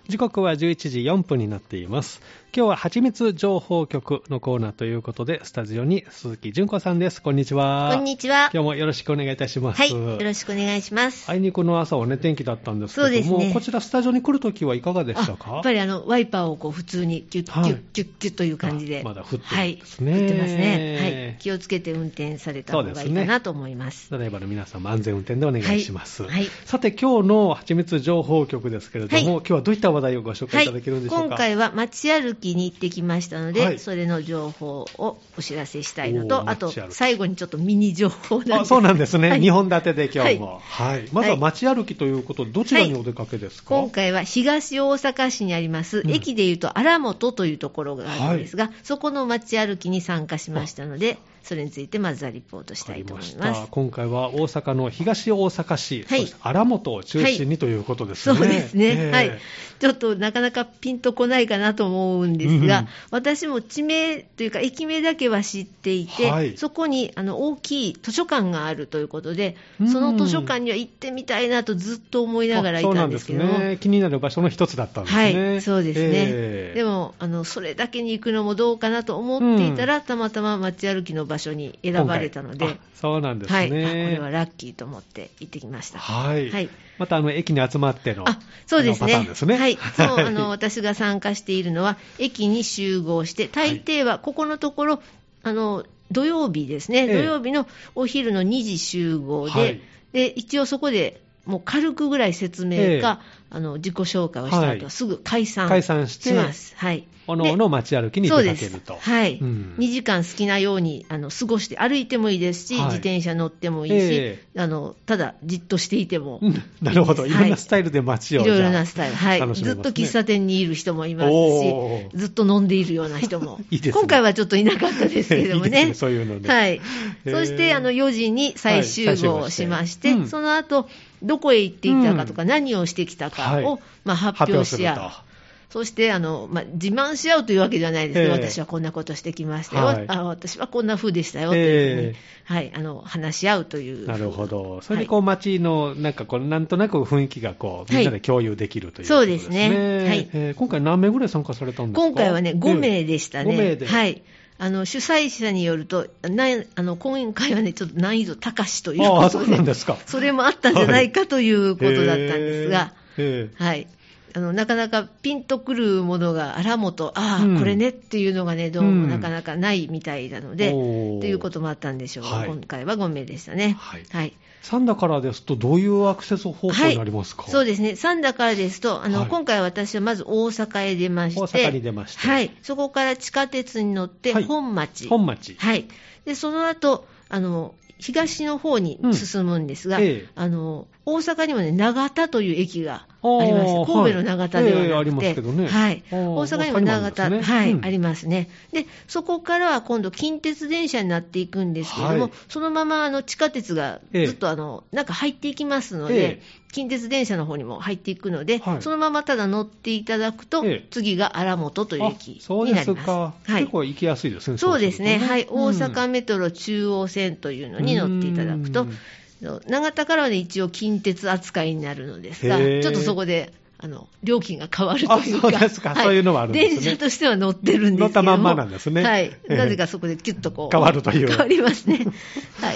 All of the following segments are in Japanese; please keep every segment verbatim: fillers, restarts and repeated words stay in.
時刻はじゅういちじよんぷんになっています。今日ははちみつ情報局のコーナーということで、スタジオに鈴木純子さんです。こんにちは。 こんにちは。 今日もよろしくお願いいたします。 はい、よろしくお願いします。 あいにくの朝はね、天気だったんですけども、 そうですね、 こちらスタジオに来るときはいかがでしたか？ やっぱりあのワイパーをこう普通にキュッキュッ、はい、キュッキュッという感じで、 まだ降ってるんですね。 はい、降ってますね。はい、気をつけて運転された方がいいかなと思います。 ドライバーの皆さんも安全運転でお願いします。 はいはい、 さて今日のはちみつ情報局ですけれども、はい、今日はどういった話題をご紹介いただけるんでしょうか？ はい、今回は街歩きに行ってきましたので、はい、それの情報をお知らせしたいのと、あと最後にちょっとミニ情報なんです。 あ、そうなんですね。はい、にほん立てで今日も、 はいはい、まずは街歩きということで、どちらにお出かけですか？ はい、今回は東大阪市にあります、うん、駅でいうと荒本というところがあるんですが、はい、そこの街歩きに参加しましたので、それについてまずはリポートしたいと思います。 今回は大阪の東大阪市、はい、そして荒本を中心にということですね。 そうですね、えーはい、ちょっとなかなかピンとこないかなと思うんですが、うん、私も地名というか駅名だけは知っていて、はい、そこにあの大きい図書館があるということで、その図書館には行ってみたいなとずっと思いながらいたんですけども、そうなんですね、 気になる場所の一つだったんですね。 はい、そうですね、えー、でもあのそれだけに行くのもどうかなと思っていたら、うん、たまたま街歩きの場所に選ばれたので、 そうなんですね、 はい、これはラッキーと思って行ってきました。 はい、はい、またあの駅に集まってのあそうですね、 パターンですね。 はい、そうあの私が参加しているのは駅に集合して、大抵はここのところ、あの土曜日ですね、ええ、土曜日のお昼のにじ集合で、はい、で一応そこでもう軽くぐらい説明か、ええ、あの自己紹介をした後はすぐ解散します。 解散して、はい、おのおの街歩きに出かけると。 はい、うん、にじかん好きなようにあの過ごして、歩いてもいいですし、はい、自転車乗ってもいいし、えー、あのただじっとしていてもいいです。 なるほど、いろんなスタイルで街を、 はい、いろいろなスタイル、はい、ずっと喫茶店にいる人もいますし、ずっと飲んでいるような人もいいです、ね、今回はちょっといなかったですけれどもね。 いいですね、そういうので、 はい、そしてあのよじに再集合しまして、はい、その後どこへ行っていたかとか、うん、何をしてきたかを、はい、まあ、発表し合う。そしてあの、まあ、自慢し合うというわけではないですけど、えー、私はこんなことしてきましたよ、はい、あ私はこんな風でしたよというふうに、えーはい、あの話し合うという。 なるほど。それでこう街のなんかこうなんとなく雰囲気がこうみんなで共有できるということですね。 はい、そうですね。はい、 えー、今回何名ぐらい参加されたんですか？ 今回はねごめいでしたね。 ごめいで。 はい。あの主催者によると、なあの今回はねちょっと難易度高しということで、あ、そうなんですか。それもあったんじゃないかということだったんですが、はいはい、あのなかなかピンとくるものが荒本、ああ、うん、これねっていうのがねどうもなかなかないみたいなので、うん、ということもあったんでしょうが、はい、今回はごめいでしたね。はいはい、 三田からですとどういうアクセス方法になりますか？ はい、そうですね、三田からですとあの、はい、今回私はまず大阪へ出まして、 大阪に出まして、 はい、そこから地下鉄に乗って本町、はい、 本町、 はい、でその後あの東の方に進むんですが、うん、ええ、あの大阪にもね長田という駅がありまして、神戸の長田ではなくて、はい、ええ、ありますけどね、はい、大阪にも長田、ね、はい、うん、ありますね。でそこからは今度近鉄電車になっていくんですけれども、はい、そのままあの地下鉄がずっとあの、ええ、なんか入っていきますので、ええ、近鉄電車の方にも入っていくので、はい、そのままただ乗っていただくと、ええ、次が荒本という駅になります。 そうですか、はい、結構行きやすいですね。 そうですね、はい、大阪メトロ中央線というのに乗っていただくと、長田からは、ね、一応近鉄扱いになるのですが、ちょっとそこであの料金が変わるというか、 あ、そうですか、はい、そういうのはあるんですね。 電車としては乗ってるんですけども、 乗ったまんまなんですね。 はい、なぜかそこでキュッとこう変わるという。 変わりますね。はい。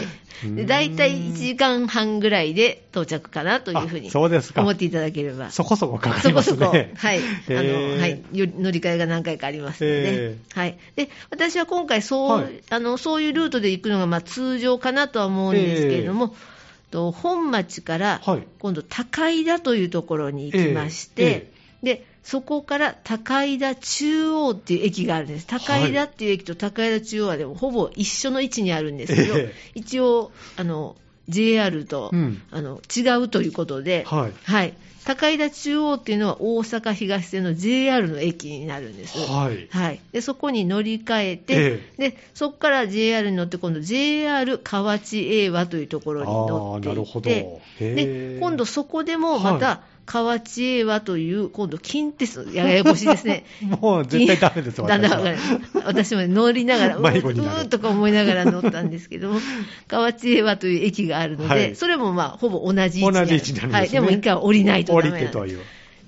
で大体いちじかんはんぐらいで到着かなというふうに思っていただければ。 そこそこかかりますね。 そこそこ、はい、あのはい、乗り換えが何回かありますので、はい。で私は今回そう、はい、あのそういうルートで行くのがまあ通常かなとは思うんですけれども。と本町から今度高井田というところに行きまして、はい、ええ、でそこから高井田中央っていう駅があるんです。高井田っていう駅と高井田中央はでもほぼ一緒の位置にあるんですけど、ええ、一応あの ジェイアール と、うん、あの違うということで、はい、はい、高井田中央っていうのは大阪東線の ジェイアール の駅になるんです。はいはい、でそこに乗り換えて、ええ、でそこから ジェイアール に乗って今度 ジェイアール 河内英和というところに乗っていって、なるほど、で今度そこでもまた、はい、河内英和という今度近鉄、ややこしいですね。 もう絶対ダメです。 私は私も乗りながらうーんとか思いながら乗ったんですけども、河内英和という駅があるので、はい、それもまあほぼ同じ位置にある。同じ位置にあるんですね。はい、でも一回降りないとダメなんです。降りてという。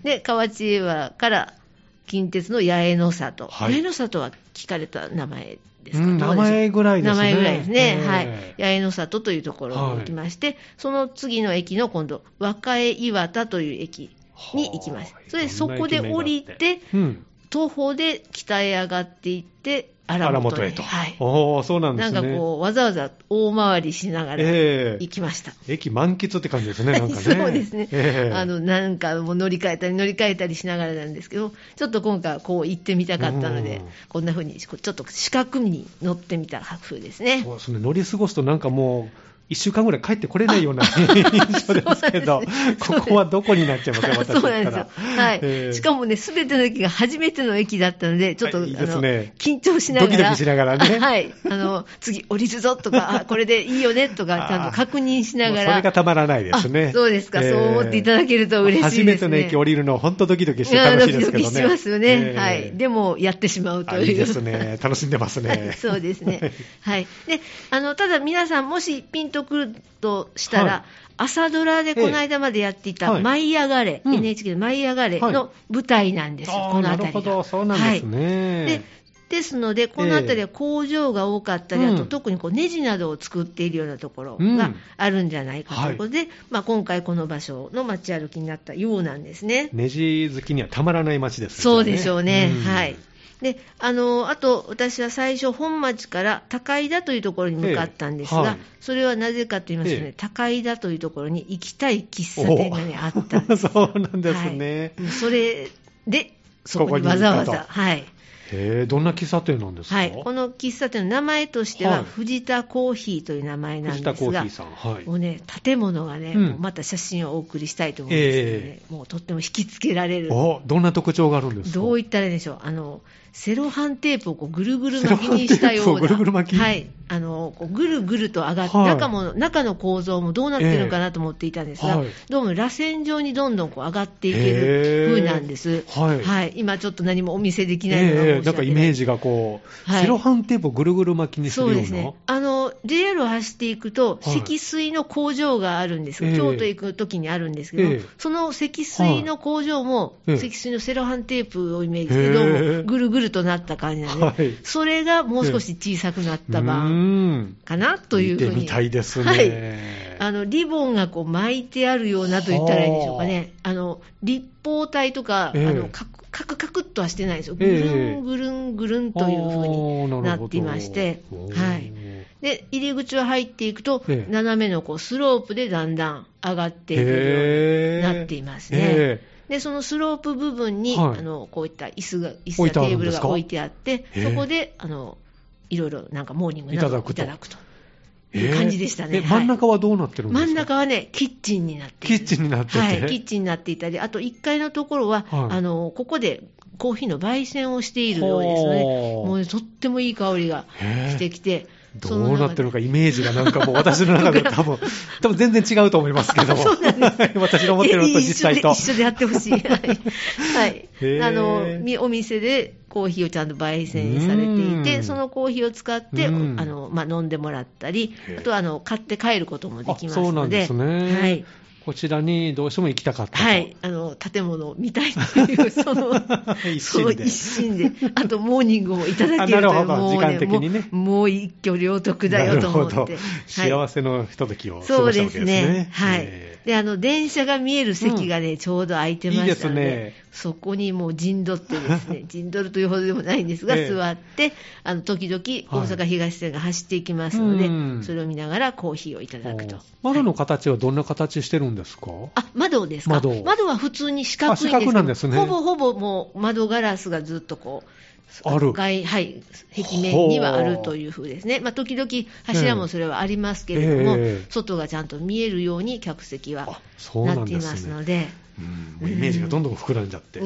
で、河内岩から近鉄の八重の里、 はい、 八重の里は聞かれた名前ですか、 うん、名前ぐらいですね。 名前ぐらいですね。はい。八重の里というところに行きまして、はい、その次の駅の今度、若江岩田という駅に行きました。それでそこで降りて、うん、徒歩で北へ上がっていって、荒本へと。はい。 おそうなんですね。 なんかこう、わざわざ大回りしながら行きました。 えー、駅満喫って感じですね、なんかね。 そうですね。えー、あの、なんかもう乗り換えたり乗り換えたりしながらなんですけど、ちょっと今回こう行ってみたかったので、こんな風にちょっと四角に乗ってみた風ですね。 そうですね。乗り過ごすとなんかもう、いっしゅうかんぐらい帰ってこれないような印象ですけど、ここはどこになっちゃいますか、私だったら。 そうなんですよ。はい。えー、しかもね、すべての駅が初めての駅だったので、ちょっと、はい、いいですね、あの緊張しながら。 ドキドキしながらね。 はい。あの、次降りるぞとか、あ、これでいいよねとか、ちゃんと確認しながら。 それがたまらないですね。 そうですか、えー、そう思っていただけると嬉しいですね。 初めての駅降りるの、本当ドキドキして楽しいですけどね。 ドキドキしますよね。えー、はい。でも、やってしまうという。 いいですね。楽しんでますね。 そうですね。はい。で、あの、ただ皆さん、もしピンとくるとしたら、はい、朝ドラでこの間までやっていた舞い上がれ、はい、エヌエイチケー の舞い上がれの舞台なんですよ、はい、この辺りが。 なるほど、そうなんですね。 はい、でですので、この辺りは工場が多かったり、えー、あと特にこうネジなどを作っているようなところがあるんじゃないかということで、うんはい、まあ、今回この場所の街歩きになったようなんですね。 ネジ好きにはたまらない街ですね。 そうでしょうね。うん、はい。で、あの、あと、私は最初、本町から高井田というところに向かったんですが、ええはい、それはなぜかと言いますとね、ええ、高井田というところに行きたい喫茶店がね、あったんですよ。 そうなんですね。 はい、それで、そこにわざわざ、はい。 へえ、どんな喫茶店なんですか？ はい、この喫茶店の名前としては、はい、藤田コーヒーという名前なんですが、 藤田コーヒーさん、はい、 もうね、建物がね、うん、もうまた写真をお送りしたいと思うんですけどね、えー、もうとっても引きつけられる。 お、どんな特徴があるんですか？ どういったらいいでしょう。あのセロハンテープをこうぐるぐる巻きにしたような、 ぐるぐる巻き、 はい、あのこうぐるぐると上がって、はい、中も中の構造もどうなってるのかなと思っていたんですが、えーはい、どうも螺旋状にどんどんこう上がっていける風なんです、はいはい、今ちょっと何もお見せできないのが申し訳ない、えー、なんかイメージがこう、はい、セロハンテープをぐるぐる巻きにするような。そうですね。 あの ジェイアール を走っていくと、はい、積水の工場があるんですが、えー、京都行くときにあるんですけど、えー、その積水の工場も、はい、積水のセロハンテープをイメージして、どうもぐるぐるとなった感じなんで、はい、それがもう少し小さくなった版かなというふうに。 見てみたいですね。 はい、あのリボンがこう巻いてあるようなと言ったらいいんでしょうかね。あの立方体とか、えー、あのカクカクカクっとはしてないんですよ。ぐるんぐるんぐるんというふうになっていまして、はい。で入り口を入っていくと、えー、斜めのこうスロープでだんだん上がっていくようになっていますね。えーでそのスロープ部分に、はい、あのこういった椅子が椅子やテーブルが置いてあって、そこであのいろいろなんかモーニングなどをいただくという感じでしたね。 えー、真ん中はどうなってるんですか？ 真ん中はねキッチンになっている。 キッチンになってて、 はい、キッチンになっていたり、あといっかいのところは、はい、あのここでコーヒーの焙煎をしているようですので、もう、ね、とってもいい香りがしてきて。 どうなってるのかイメージがなんかもう私の中で多分多分全然違うと思いますけども私の思ってるのと実際と一緒でやってほしい、はいはい、あのお店でコーヒーをちゃんと焙煎されていて、そのコーヒーを使ってあの、まあ、飲んでもらったり、あとはあの買って帰ることもできますので。そうなんですね、はい、 こちらにどうしても行きたかったと。 はい、あの建物を見たいというその一心で、一心で、あとモーニングもいただけるという、もう、ね、時間的にね、もう、もう一挙両得だよと思って、はい、 幸せのひとときを過ごしたわけですね。そうですね、 はい。であの電車が見える席がね、うん、ちょうど空いてましたので、いいですね、そこにもう陣取ってですね陣取るというほどでもないんですが、えー、座ってあの時々大阪東線が走っていきますので、はい、それを見ながらコーヒーをいただくと。 窓の形はどんな形してるんですか？ あ、窓ですか？ 窓, 窓は普通に四角いんですけど、 四角なんですね、 ほぼほぼもう窓ガラスがずっとこうある、 はい、壁面にはあるという風ですね。まあ、時々柱もそれはありますけれども、えー、外がちゃんと見えるように客席はなっていますので、 うん、イメージがどんどん膨らんじゃって、うん、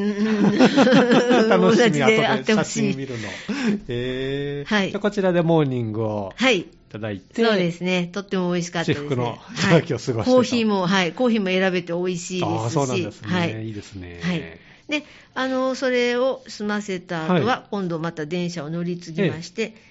楽しみ、後で写真見るの、えーはい、じゃあこちらでモーニングをいただいて、 はい、そうですね、とっても美味しかったですね。 至福のひとときを過ごして、 はい、コーヒーも、はい、コーヒーも選べて美味しいですし、 あ、そうなんですね、はい、いいですね、 はい、であのそれを済ませた後は、はい、今度また電車を乗り継ぎまして、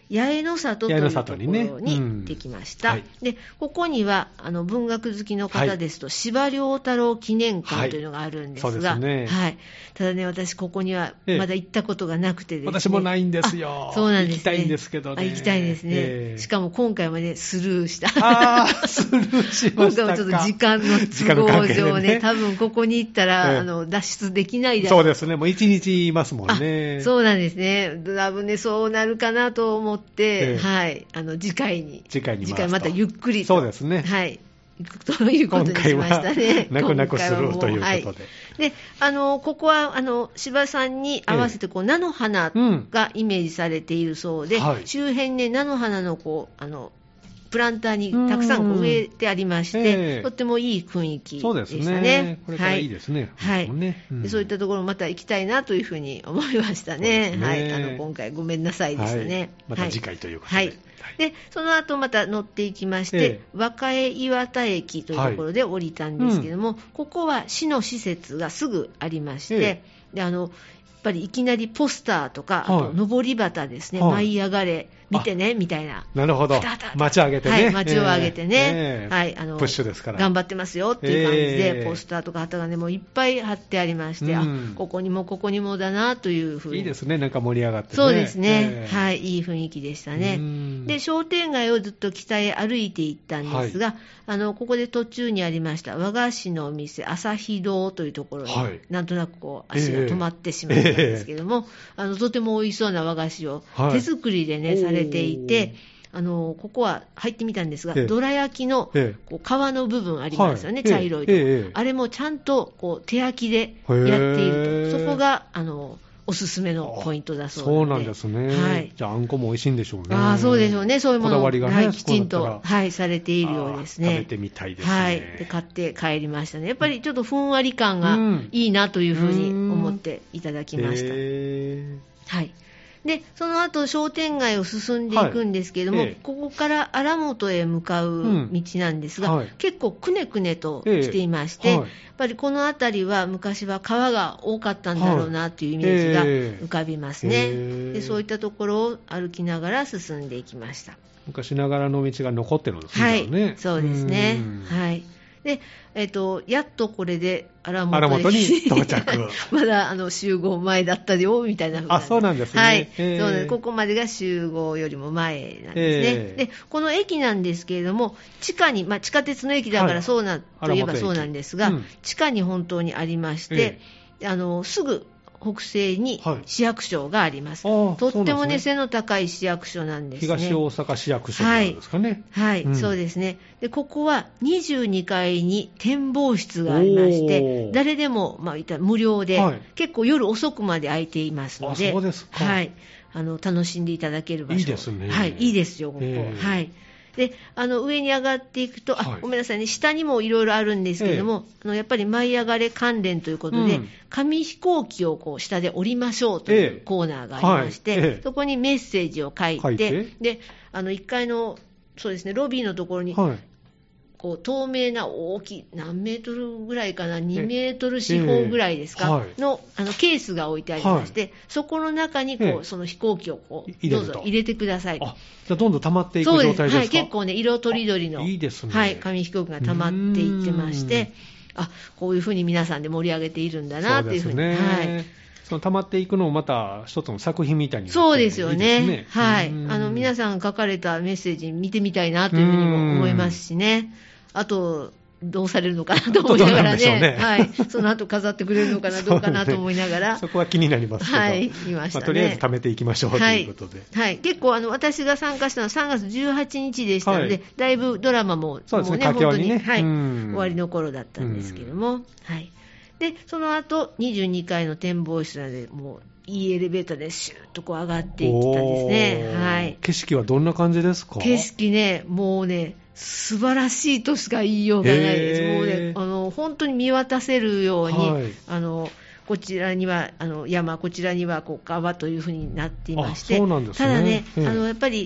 八重の里というところに行ってきました。ねうんはい、でここにはあの文学好きの方ですと、はい、司馬遼太郎記念館というのがあるんですが、はいそうですねはい、ただね、私ここにはまだ行ったことがなくてですね、 私もないんですよ。 そうなんですね。 行きたいんですけどね。 あ行きたいですね、えー。しかも今回はね、スルーした。 あスルーしましたか。 今回はちょっと時間の都合上ね、ね多分ここに行ったら、えー、あの脱出できないだろう。 そうですね、もう一日いますもんね。 そうなんですね。多分ね、そうなるかなと思って、えー、はい、あの次回に、 次回に次回またゆっくりと、 そうですね。 はい。行くということにしましたね。 泣く泣くスルーということで。はい、 で、あのここはあの柴さんに合わせてこう、えー、菜の花がイメージされているそうで、うんはい、周辺ね菜の花のこうあのプランターにたくさん植えてありまして、えー、とってもいい雰囲気でしたね。 そうですね。これからいいですね。 はい。ねうん、でそういったところまた行きたいなというふうに思いましたね。ねはい。あの今回ごめんなさいでしたね。はい、 また次回ということで。 はい。でその後また乗っていきまして、えー、若江岩田駅というところで降りたんですけども、はいうん、ここは市の施設がすぐありまして、えー、であのやっぱりいきなりポスターとか、はい、あと上り旗ですね、はい、舞い上がれ見てねみたいな。 なるほど。街を上げてね。 はい、街を上げてね、えー、はいあのプッシュですから頑張ってますよっていう感じで、えー、ポスターとか旗がねもういっぱい貼ってありまして、うん、あここにもここにもだなというふうに。 いいですね、なんか盛り上がってね。 そうですね、えー、はいいい雰囲気でしたね。で商店街をずっと北へ歩いていったんですが、はい、あのここで途中にありました和菓子のお店朝日堂というところに、はい、なんとなくこう足が止まってしまったんですけども、えー、あのとても美味しそうな和菓子を手作りでね、はい、されていて、あのここは入ってみたんですが、ええ、どら焼きの、ええ、こう皮の部分ありますよね、はい、茶色いと、ええ、あれもちゃんとこう手焼きでやっていると、そこがあのおすすめのポイントだそうなので。 そうなんですね、はい、じゃああんこも美味しいんでしょうね。 あそうでしょうね、そういうものこだわりが、ねはい、きちんと、はい、されているようですね。 食べてみたいですね、 はい、で買って帰りましたね。やっぱりちょっとふんわり感がいいなというふうに思っていただきました。はいでその後商店街を進んでいくんですけれども、はいええ、ここから荒本へ向かう道なんですが、うんはい、結構くねくねとしていまして、えはい、やっぱりこの辺りは昔は川が多かったんだろうなというイメージが浮かびますね、えでそういったところを歩きながら進んでいきました。 昔ながらの道が残ってるんですね。 はい、ね、そうですね。はいでえー、とやっとこれで荒本に到着まだあの集合前だったよみたいな風あそうなんですね、 はいえー、そうなんです。ここまでが集合よりも前なんですね、えー、でこの駅なんですけれども地下に、まあ、地下鉄の駅だからそうな、はい、といえばそうなんですが、うん、地下に本当にありまして、えー、あのすぐ北西に市役所があります、はい、とっても、ねね、背の高い市役所なんですね。 東大阪市役所なんですかね。 はい、はいうん、そうですね。でここはにじゅうにかいに展望室がありまして誰でも、まあ、無料で、はい、結構夜遅くまで空いていますので、 あそうですか、 はい、あの楽しんでいただける場所。 いいですね。 はい、いいですよここ、はいであの上に上がっていくと、あ、はい、ごめんなさいね、下にもいろいろあるんですけれども、ええ、あのやっぱり舞い上がれ関連ということで、うん、紙飛行機をこう下で降りましょうというコーナーがありまして、えはいえ、そこにメッセージを書いて、書いてであのいっかいのそうですね、ロビーのところに、はいこう透明な大きい何メートルぐらいかな、にメートル四方ぐらいですか、はい、の, あのケースが置いてありまして、はい、そこの中にこうその飛行機をこうどうぞ入れてくださいと。 あじゃあどんどん溜まっていく状態ですか。そうです、はい、 結構ね色とりどりのいいですね、 はい、紙飛行機が溜まっていってまして、あこういうふうに皆さんで盛り上げているんだなっていうふうに、ねはい、 その溜まっていくのもまた一つの作品みたいになってそうですよね。いいですね、はい、あの皆さん書かれたメッセージ見てみたいなというふうにも思いますしね。あとどうされるのかなと思いながら ね, ね、はい、その後飾ってくれるのかなどうかなと思いながらそ,、ね、そこは気になりますけど、 はい、見ましたね。まあ、 とりあえず貯めていきましょうということで、 はいはい、結構あの私が参加したのはさんがつじゅうはちにちでしたので、はい、だいぶドラマもそうですね、 もうね、本当に、 ねはい、終わりの頃だったんですけども、はい、でその後にじゅうにかいの展望室なのでもういいエレベーターでシューッとこう上がっていったんですね、はい、 景色はどんな感じですか。 景色ねもうね素晴らしいとしか言いようがないです。もうねあの本当に見渡せるように、はい、あのこちらにはあの山こちらにはこう川というふうになっていまして、 そうなんですね、 ただねあのやっぱり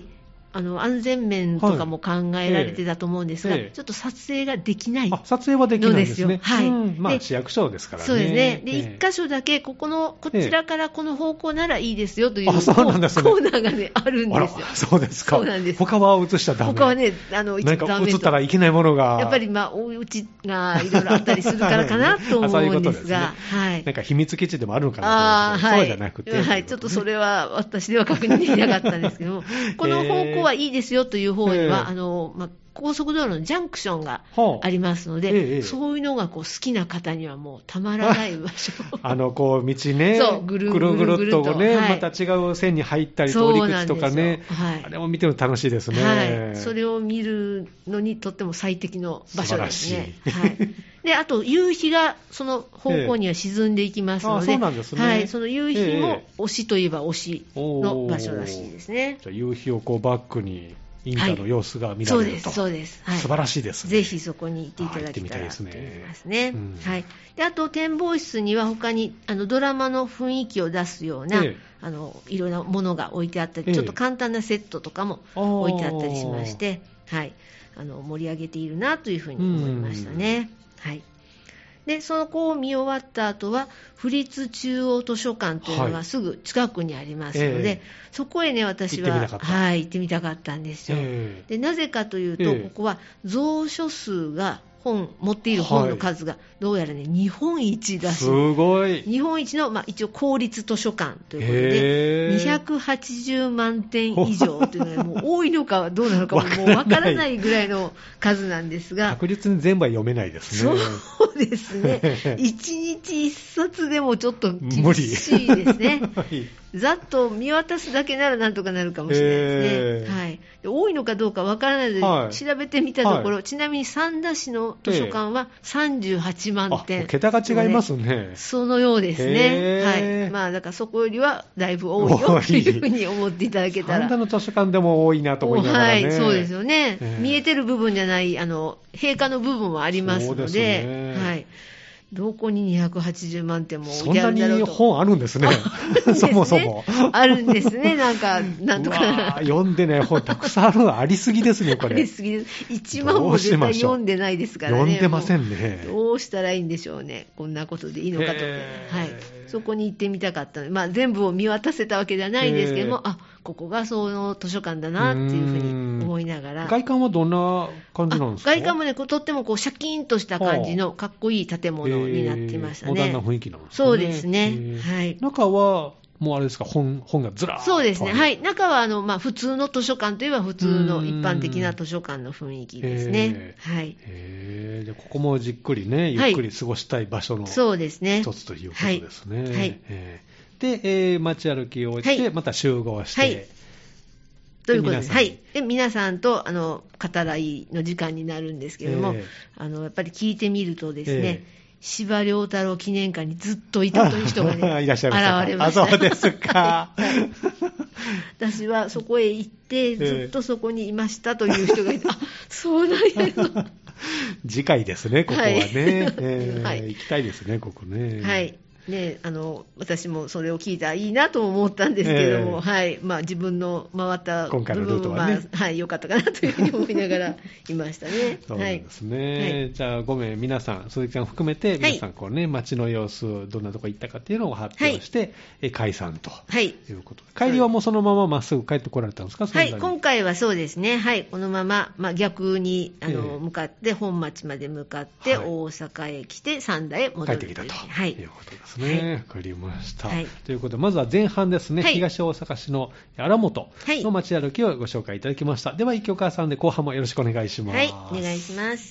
あの安全面とかも考えられてたと思うんですが、はいええ、ちょっと撮影ができないのですよ。 あ、撮影はできないんですね。 はい、うん、 まあ、市役所ですからね。 そうですね。で、一箇所だけ、ここの、こちらからこの方向ならいいですよという、 あ、そうなんですね、 コーナーがね、あるんですよ。 あら、そうですか。 そうなんです。 他は映しちゃダメ。 他はね、あの、 何か映ったらいけないものが。 やっぱり、まあ、お家がいろいろあったりするからかなと思うんですが、はい。 なんか秘密基地でもあるのかなと思うんですけど、そうじゃなくて。 はい、ちょっとそれは私では確認できなかったんですけども、この方向はいいですよという方には、あの、まあ、高速道路のジャンクションがありますので、はあええ、そういうのがこう好きな方にはもうたまらない場所。 あの、こう、道ね、そうぐるぐるぐるぐるっとね、はい、また違う線に入ったり、通り口とかね、はい、あれも見てるの楽しいですね。 はい。それを見るのにとっても最適の場所ですね。はい。で、あと、夕日がその方向には沈んでいきますので、ええ、そうなんですね。はい。その夕日も推しといえば推しの場所らしいですね。 じゃあ、夕日をこうバックに、インタの様子が見られると、はい、 そうです、そうです、はい、 素晴らしいですね。 ぜひそこに行っていただけたらと思いますね。うん、はい。で、あと展望室には他にあのドラマの雰囲気を出すような、ええ、あのいろんなものが置いてあったり、ええ、ちょっと簡単なセットとかも置いてあったりしまして、はい、あの盛り上げているなというふうに思いましたね。はい。で、そこを見終わった後は、府立中央図書館というのがすぐ近くにありますので、はいえー、そこへね、私は、はい、行ってみたかったんですよ。えー、で、なぜかというと、えー、ここは蔵書数が、本、持っている本の数が、どうやらね、日本一だし、 すごい。 日本一の、まあ、一応公立図書館ということで、にひゃくはちじゅうまんてん以上というのは、もう多いのかどうなのかももうわからないぐらいの数なんですが。 確実に全部は読めないですね。 そうですね。いちにちいっさつでもちょっと厳しいですね。はい、ざっと見渡すだけならなんとかなるかもしれないですね。はい、で多いのかどうかわからないので、はい、調べてみたところ、はい、ちなみに三田市の図書館はさんじゅうはちまんてん、 えー、桁が違いますね。 そのようですね。はい。まあだからそこよりはだいぶ多いよというふうに思っていただけたら。 三田の図書館でも多いなと思いながらね。 はい、そうですよね。えー、見えてる部分じゃないあの閉館の部分もありますので、そうですね、はい。どこににひゃくはちじゅうまんてんも置いてあるんだろうと。 そんなに本あるんですね。そもそも。 あるんですね、なんか、なんとか。 読んでない本たくさんあるのありすぎですね、これ。 ありすぎです。いちまんも絶対読んでないですからね。 読んでませんね。 どうしたらいいんでしょうね。こんなことでいいのかと。はい。そこに行ってみたかったので、まあ全部を見渡せたわけではないんですけども、あ、ここがその図書館だなっていうふうに思いながら。 外観はどんな感じなんですか？ 外観もね、とってもこうシャキーンとした感じのかっこいい建物になっていましたね。 モダンな雰囲気なんですかね。 そうですね。はい。 中はもうあれですか、本、本がずらーっと。 そうですね。はい。中はあの、まあ普通の図書館といえば普通の一般的な図書館の雰囲気ですね。はい。 へー。で、ここもじっくりね、ゆっくり過ごしたい場所のそうですね。 一つということですね。はい。はい、で、えー、街歩きを終えて、はい、また集合して、はい、 ということです。はい。で、皆さんと、あの、語らいの時間になるんですけれども、えー、あの、やっぱり聞いてみるとですね、えー司馬遼太郎記念館にずっといたという人が、ね、 いらっしゃいました現れました。 あ、そうですか。はい、 私はそこへ行って、ずっとそこにいましたという人がいて、えー、あ、そうなんや。 次回ですね、ここはね。はいえーはい、行きたいですね、ここね。 はい。ね、あの私もそれを聞いたらいいなと思ったんですけども、えーはいまあ、自分の回った部分は、ねはい、良かったかなというふうに思いながらいましたね。 そうですね、はい、じゃあご名皆さん、鈴木さん含めて皆さんこう、ね、街の様子、どんなとこ行ったかっていうのを発表して、はい、解散ということで、帰りはもうそのまままっすぐ帰ってこられたんですか？ はい、今回はそうですね、はい、このまま、まあ、逆にあの、えー、向かって本町まで向かって、はい、大阪へ来て三田へ戻る帰ってきたと、 はい、 いうことですね。わかりました、はい、ということでまずは前半ですね、はい、東大阪市の荒本の街歩きをご紹介いただきました。では一曲挟んで後半もよろしくお願いします。 はい、お願いします。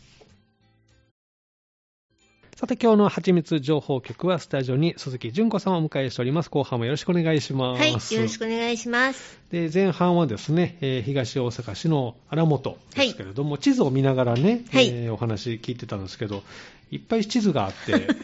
さて今日のはちみつ情報局はスタジオに鈴木純子さんをお迎えしております。後半もよろしくお願いします。 はい、よろしくお願いします。 で前半はですね、えー、東大阪市の荒本ですけれども、はい、地図を見ながらね、はいえー、お話聞いてたんですけど、いっぱい地図があって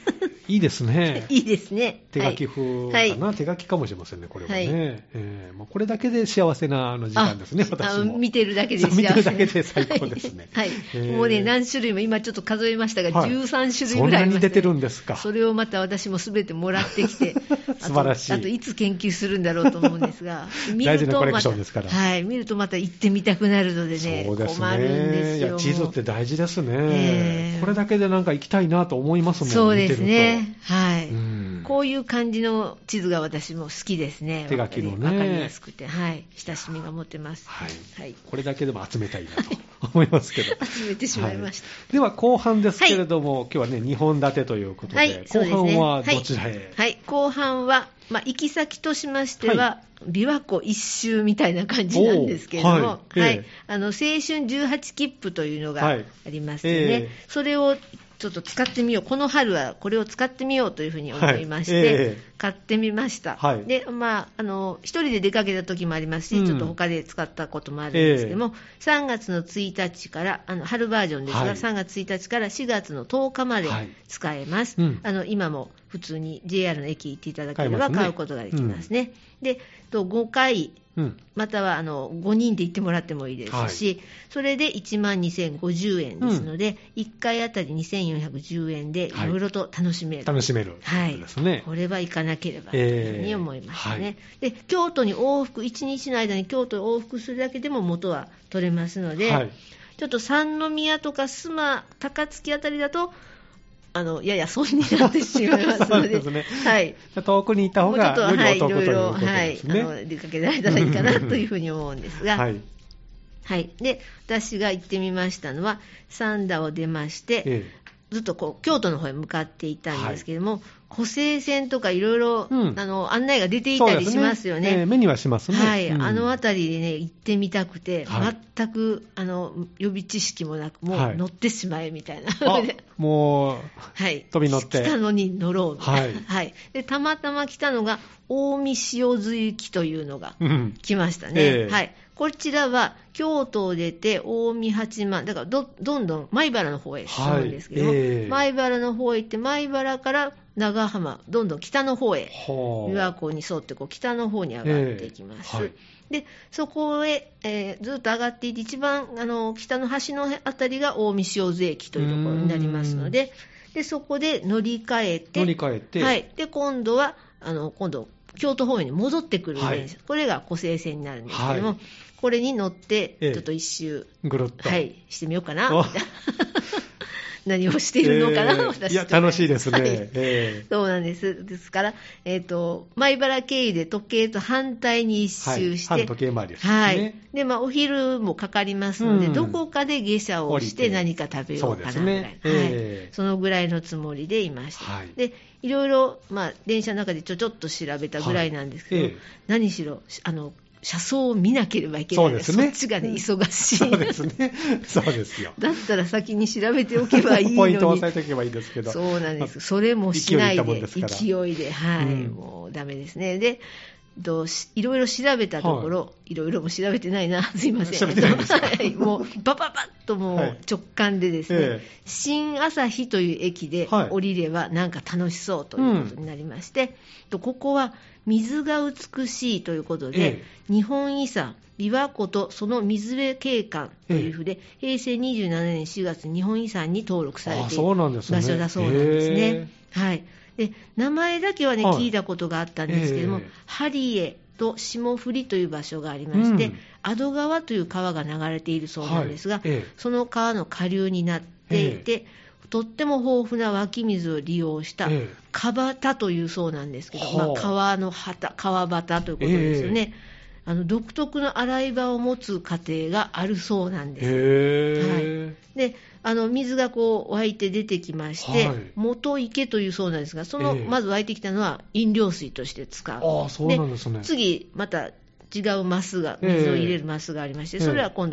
いいですね。 いいですね。 手書き風かな、はい、手書きかもしれませんね、これはね。はい、えーまあ、これだけで幸せなあの時間ですね、私も。 見てるだけで幸せ。 見てるだけで最高ですね。 はい。えー、もうね、何種類も今ちょっと数えましたが、はい、じゅうさん種類ぐらいあります、ね。 そんなに出てるんですか。 それをまた私もすべてもらってきて、 素晴らしい。 あといつ研究するんだろうと思うんですが、見るとまた大事なコレクションですから。 はい。見るとまた行ってみたくなるのでね、そうですね、困るんですよ。 いや、地図って大事ですね。えー、これだけでなんか行きたいなと思いますもんね。 そうですね。はい。うん、こういう感じの地図が私も好きですね。 手書きのね。 わかりやすくて、はい。親しみが持ってます。 はい。はい、これだけでも集めたいなと思いますけど。 集めてしまいました。 はい、では後半ですけれども、はい、今日はね、にほん立てということで、はい、後半はどちらへ、はいはい、後半は、まあ、行き先としましては、はい、琵琶湖一周みたいな感じなんですけれども、はいはい、あの青春じゅうはち切符というのがありますよね、はいえー、それをちょっと使ってみよう、この春はこれを使ってみようというふうに思いまして、はいえー、買ってみました、はい、でまあ、あの一人で出かけた時もありますし、うん、ちょっと他で使ったこともあるんですけども、えー、さんがつのついたちからあの春バージョンですが、はい、さんがつついたちからしがつのとおかまで使えます、はいうん、あの今も普通に ジェイアール の駅行っていただければ買うことができますね。うん、でごかい、うん、またはあのごにんで行ってもらってもいいですし、はい、それでいちまんにせんごじゅうえんですので、うん、いっかいあたりにせんよんひゃくじゅうえんでいろいろと楽しめる、はい、 楽しめるですね、はい、 これは行かなければというふうに思いましたね。えーはい、で京都に往復いちにちの間に京都を往復するだけでも元は取れますので、はい、ちょっと三宮とか須磨高槻あたりだとあのやや損になってしまいますので、そうですね、はい、 遠くに行った方がよりお得ということですね。 はい、出かけられたらいいかなというふうに思うんですが、はいはい、で私が行ってみましたのは三田を出まして、ええ、ずっとこう京都の方へ向かっていたんですけれども、はい、湖西線とかいろいろ案内が出ていたりしますよね。 えー、目にはしますね。 はい、うん、あの辺りでね行ってみたくて、はい、全くあの予備知識もなくもう乗ってしまえみたいな、 はい、もう、はい、飛び乗って来たのに乗ろうみたいな、はいはい、でたまたま来たのが近江塩津行きというのが来ましたね。うんえー、はい、こちらは京都を出て近江八幡だから ど, どんどん米原の方へ進むんですけど、はいえー、米原の方へ行って米原から長浜どんどん北の方へ琵琶湖に沿ってこう北の方に上がっていきます、えーはい、でそこへ、えー、ずっと上がっていって一番あの北の端のあたりが近江塩津駅というところになりますので、でそこで乗り換えて乗り換えて、 はい、で今度はあの今度京都方面に戻ってくる電車、はい、これが湖西線になるんですけども、はい、これに乗ってちょっと一周、ええ、 ぐるっと、 はい、してみようかなみたいな何をしているのかな、えー、私いや楽しいですね、はいえー、そうなんですですから、えーと、米原経由で時計と反対に一周して、はい、 反時計回りですね、 はいでまあ、お昼もかかりますので、うん、どこかで下車をして何か食べようかなぐらい、ねえーはい、そのぐらいのつもりでいました、はい、でいろいろ、まあ、電車の中でちょちょっと調べたぐらいなんですけど、はいえー、何しろあの車窓を見なければいけないので、 そ,、ね、そっちが、ね、忙しいそうですねそうですよだったら先に調べておけばいいのにポイントを押さえておけばいいですけど、 そうなんです、それもしないで勢いで、はい、 うん、 もうダメですね。でどうしいろいろ調べたところ、はい、いろいろも調べてないな、すいません、 調べてないですかはい、もうバババッともう直感でですね、はいええ、新朝日という駅で降りればなんか楽しそうということになりまして、うん、ここは水が美しいということで、ええ、日本遺産琵琶湖とその水辺景観というふうで、ええ、へいせいにじゅうななねんしがつ日本遺産に登録されている場所だそうなんですね。はい、で名前だけはね、はい、聞いたことがあったんですけども、えー、針江と霜降りという場所がありまして、うん、阿戸川という川が流れているそうなんですが、はいえー、その川の下流になっていて、えー、とっても豊富な湧き水を利用した川端というそうなんですけど、えーまあ、川の旗川端ということですよね、えー、あの独特の洗い場を持つ家庭があるそうなんです、 えーはい、であの水がこう湧いて出てきまして、はい、元池というそうなんですが、その、えー、まず湧いてきたのは飲料水として使う。 あ、そうなんですね。 で次また違うマスが水を入れるマスがありまして、えー、それは今度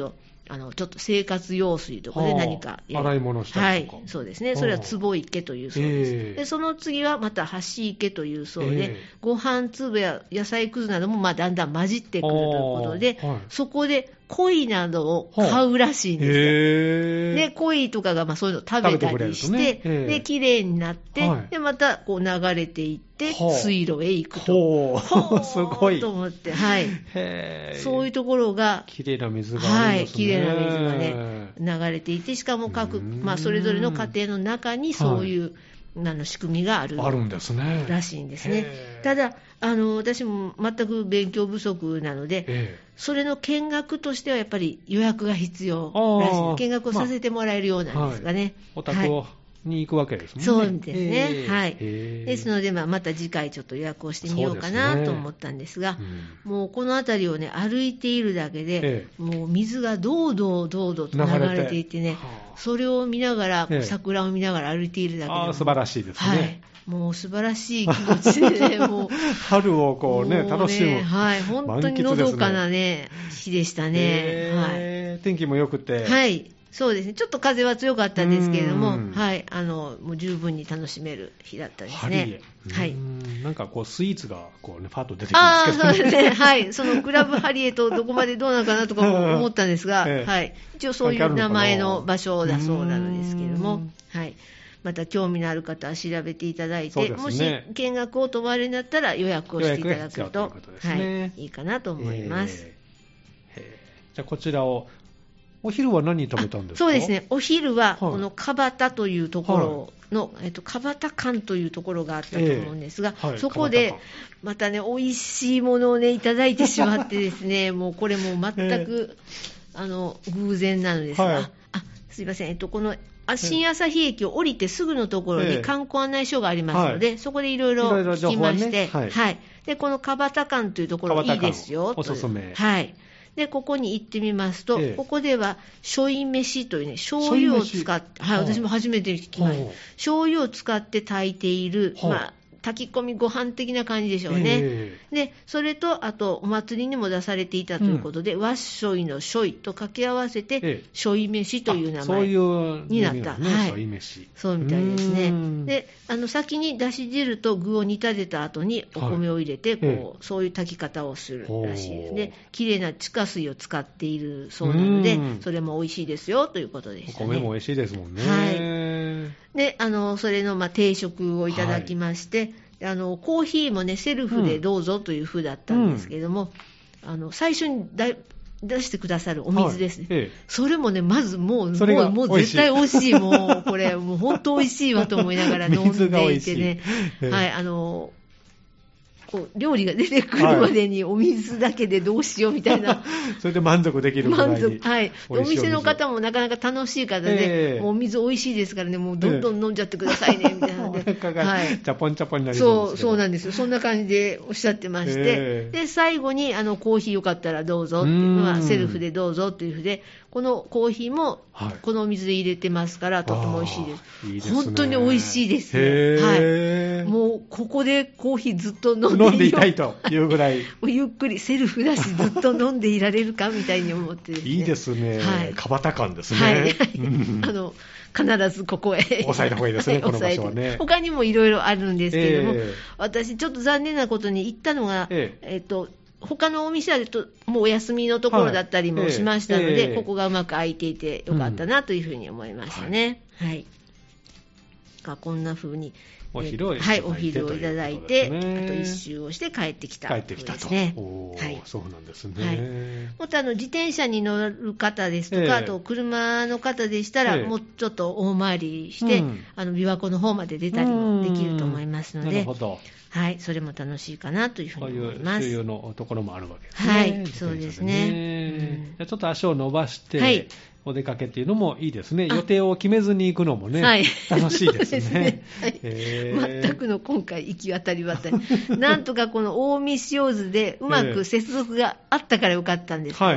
あのちょっと生活用水とかで何かや洗い物したりとか、 はい、そうですね。それは坪池というそうです、えー、でその次はまた橋池というそうで、えー、ご飯粒や野菜くずなどもまあだんだん混じってくるということで、はい、そこで鯉などを買うらしいんですよ、えー、で鯉とかがまあそういうのを食べたりして、ねえー、で綺麗になって、はい、でまたこう流れていって水路へ行くと、 ほうすごいと思って、はい、へそういうところが綺麗な水があるんですね、 はい、綺麗な水がね流れていて、しかも各、まあ、それぞれの家庭の中にそういう、はい、あの仕組みがあるあるんですねらしいんですね。ただあの私も全く勉強不足なので、それの見学としてはやっぱり予約が必要らしい、見学をさせてもらえるようなんですがね、 まあはい、お宅を、はいに行くわけですもんね。 そうですね、はい、ですので、まあ、また次回ちょっと予約をしてみようかなと思ったんですが、ねうん、もうこの辺りをね歩いているだけで、もう水がどうどうどうどうと流れていてね、はあ、それを見ながら、桜を見ながら歩いているだけでも、 あ素晴らしいですね、はい、 もう素晴らしい気持ちで、ね、もう春をこうね、ね楽しむ、 はい、本当にのどかな、ね、日でしたね、 はい、天気も良くて、 はい、そうですね、ちょっと風は強かったんですけれども、はい、あのもう十分に楽しめる日だったですね。 はい、なんかこうスイーツがこう、ね、パッと出てくるんですけど、ね、 あそうですね、はい、そのクラブハリエとどこまでどうなのかなとか思ったんですが、ええはい、一応そういう名前の場所だそうなのですけれども、はい、また興味のある方は調べていただいて、ね、もし見学を泊まるんだったら予約をしていただくと、と、ねはい、いいかなと思います。 えーえー、じゃあこちらをお昼は何食べたんですか？ そうですね、お昼はこの蒲田というところの、はいえっと、蒲田館というところがあったと思うんですが、えーはい、そこでまたね美味しいものをねいただいてしまってですねもうこれもう全く、えー、あの偶然なのですが、はい、あすいません、えっと、この新旭駅を降りてすぐのところに観光案内所がありますので、えー、そこでいろいろ聞きまして、ねはいはい、でこの蒲田館というところいいですよおすすめ、 はいでここに行ってみますと、ええ、ここでは醤油飯というね醤油を使って、はい、私も初めて聞きました。醤油を使って炊いている、まあ炊き込みご飯的な感じでしょうね、えー、でそれとあとお祭りにも出されていたということで、うん、和醤油の醤油と掛け合わせて、えー、醤油飯という名前になった、 ねはい、醤油飯そうみたいですね。であの先にだし汁と具を煮立てた後にお米を入れて、はい、こう、えー、そういう炊き方をするらしいですね。きれいな地下水を使っているそうなのでそれも美味しいですよということでしたね。 お米も美味しいですもんね。 はい、であのそれのまあ定食をいただきまして、はいあのコーヒーもねセルフでどうぞという風だったんですけども、うん、あの最初にだ出してくださるお水ですね、はいええ、それもねまずもうもうもう絶対美味しいもうこれもう本当美味しいわと思いながら飲んでいてね、ええ、はいあのこう料理が出てくるまでにお水だけでどうしようみたいな、はい、 それで満足できるぐらいに満足、はい、お店の方もなかなか楽しい方で、えー、もうお水美味しいですからねもうどんどん飲んじゃってくださいねみたいなので、 えー、はい、チャポンチャポンになりそうですけど、 そうそうなんですよ、そんな感じでおっしゃってまして、えー、で最後にあのコーヒーよかったらどうぞっていうのはセルフでどうぞというふうでこのコーヒーもこのお水で入れてますから、はい、とても美味しいです。いいですね、本当に美味しいですね。はい、もうここでコーヒーずっと飲んでい飲んでいたいというぐらいゆっくりセルフだしずっと飲んでいられるかみたいに思ってですね、 いいですね、はい、蒲田館ですね、 はい、あの必ずここへ抑えた方がいいですねこの場所はね。 他にもいろいろあるんですけれども、えー、私ちょっと残念なことに行ったのが、えーえーと他のお店だともうお休みのところだったりもしましたので、はいえー、ここがうまく開いていてよかったなというふうに思いましたね、うんはい、はい、こんな風にお昼をいただいて、 はい、お昼をいただいて、ね、あと一周をして帰ってきた、 帰ってきたと、 ね、 お、はい、そうなんですね、 はい、もっとあの自転車に乗る方ですとか、えー、あと車の方でしたら、えー、もうちょっと大回りして、うん、あの琵琶湖の方まで出たりもできると思いますので、なるほど、はい、それも楽しいかなというふうに思います。 そういう周遊のところもあるわけですね。 はい、そうですね。 うん、ちょっと足を伸ばして、はい、お出かけっていうのもいいですね。予定を決めずに行くのもね、はい、楽しいですね。ねはい、 えー、全くの今回行き当たりばったり。なんとかこの大見塩津でうまく接続があったからよかったんですけども、えーはい、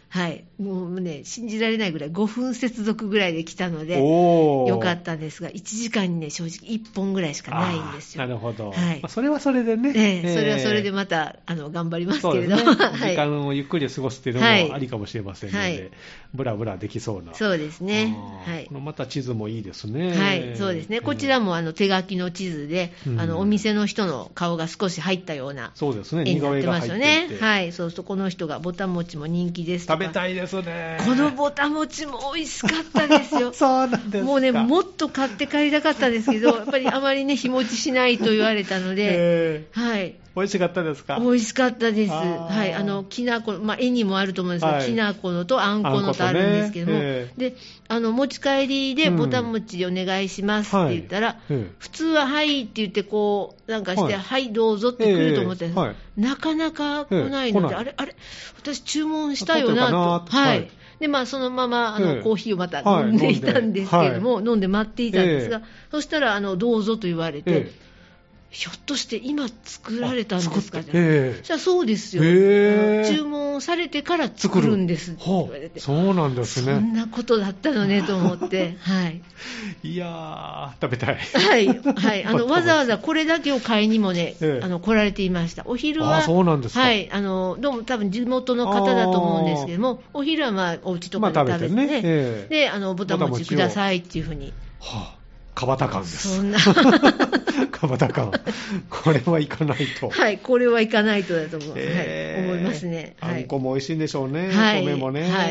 はい、もうね、信じられないぐらいごふん接続ぐらいで来たのでよかったんですが、いちじかんにね正直いっぽんぐらいしかないんですよ。 なるほど、 はい、 まあ、それはそれでね、 えー、それはそれでまたあの頑張りますけれども、 ねはい、時間をゆっくり過ごすっていうのもありかもしれませんので、はい、ブラブラできそうな。 そうですね、はい、 このまた地図もいいですね。 はい、そうですね、こちらもあの手書きの地図で、うん、あのお店の人の顔が少し入ったような絵になってますよね。はい、そうそう、この人がぼたもちも人気ですとか。 食べたいですね。 このぼたもちも美味しかったですよ。 そうなんですか。 もうね、もっと買って帰りたかったですけど、やっぱりあまりね日持ちしないと言われたので、えー、はい。 美味しかったですか。 美味しかったです。はい、あのきなこ、まあ、絵にもあると思うんですが、はい、きなこのとあんこのとあるんですけども、ねえー、であの持ち帰りでぼたもちお願いしますって言ったら、うんはい、普通ははいって言ってこうなんかして、はい、はい、どうぞって来ると思ったんです、えーはい、なかなか来ないので、えー、あれあれ私注文したよなと、はい、でまあ、そのままあの、えー、コーヒーをまた飲んでいたんですけれども、はい、飲んで待っていたんですが、えー、そしたらあのどうぞと言われて、えーひょっとして今作られたんですかね。えー、じゃあそうですよ、えー、注文されてから作るんですって言われて、 そうなんですね。 そんなことだったのねと思って、はい、 いやー食べたい。 はい、はい、あのわざわざこれだけを買いにもね、えー、あの来られていました。お昼は、 あ、そうなんですか。 はい、あのどうも多分地元の方だと思うんですけども、お昼はまあお家とかで食べてね、まあ、食べてね、えー、であのぼたもちくださいっていうふうに。 はあ、かばた感です。 そんなかばた感、これはいかないと。 はい、これはいかないとだと思う、えーはい、思いますね。 あんこも美味しいんでしょうね、 はい、 米もね、 はい、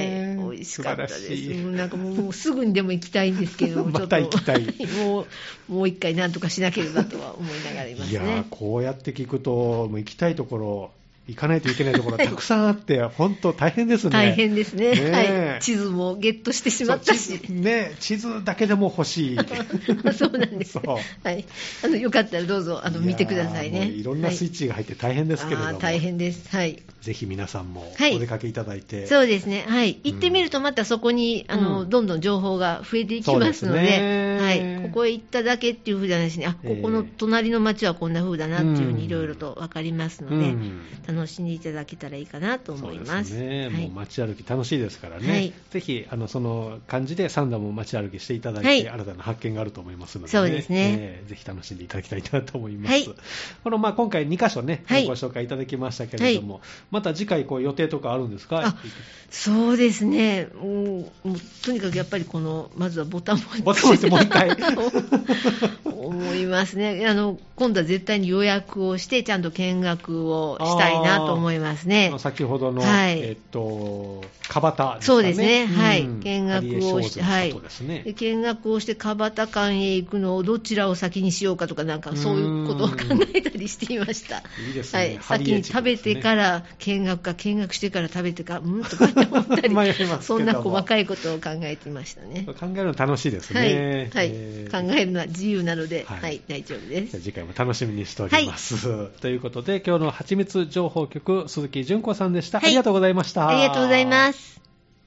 美味しかったです。なんかもう、もうすぐにでも行きたいんですけど、 また行きたい。 もうもう一回なんとかしなければとは思いながらいますね。 いや、こうやって聞くと、もう行きたいところ。行かないといけないところがたくさんあって、本当大変ですね。 大変ですね。ね、はい。地図もゲットしてしまったし。 地図ね、地図だけでも欲しい。 そうなんです。はい。あのよかったらどうぞあの見てくださいね。 いろんなスイッチが入って大変ですけれども。はい、 あ、大変です。はい。 ぜひ皆さんもお出かけいただいて。はい、 そうですね。はい。行ってみるとまたそこに、うん、あのどんどん情報が増えていきますので、ね、はい。ここへ行っただけっていう風じゃないですね。あ、ここの隣の町はこんな風だなっていう風にいろいろと分かりますので、うん、楽しんでいただけたらいいかなと思います。 そうですね、はい、もう街歩き楽しいですからね、はい、ぜひあのその感じで三段も街歩きしていただいて、はい、新たな発見があると思いますので、ね、 そうですね、 えー、ぜひ楽しんでいただきたいなと思います。はい、このまあ今回にか所ね、はい、ご紹介いただきましたけれども、はい、また次回こう予定とかあるんですか？ あ、そうですね、もうもうとにかくやっぱりこのまずはボタンもボタンもってもう一回思いますね。あの今度は絶対に予約をしてちゃんと見学をしたいなと思いますね。 先ほどの、はい、えっと川端ですかね。 そうですね、はい、うん、見学をして、はい、で見学をして川端館へ行くのをどちらを先にしようかとか、なんかそういうことを考えたりしていました。 いいですね、はい、 先に食べてから見学か、見学してから食べてか、うんとかって思ったりそんな細かいことを考えていましたね。 考えるの楽しいですね。 はい、はい、えー、考えるのは自由なので、はい、はい、大丈夫です。 じゃあ次回も楽しみにしております、はい、ということで今日のはちみつ情報局、鈴木純子さんでした、はい、ありがとうございました。 ありがとうございます。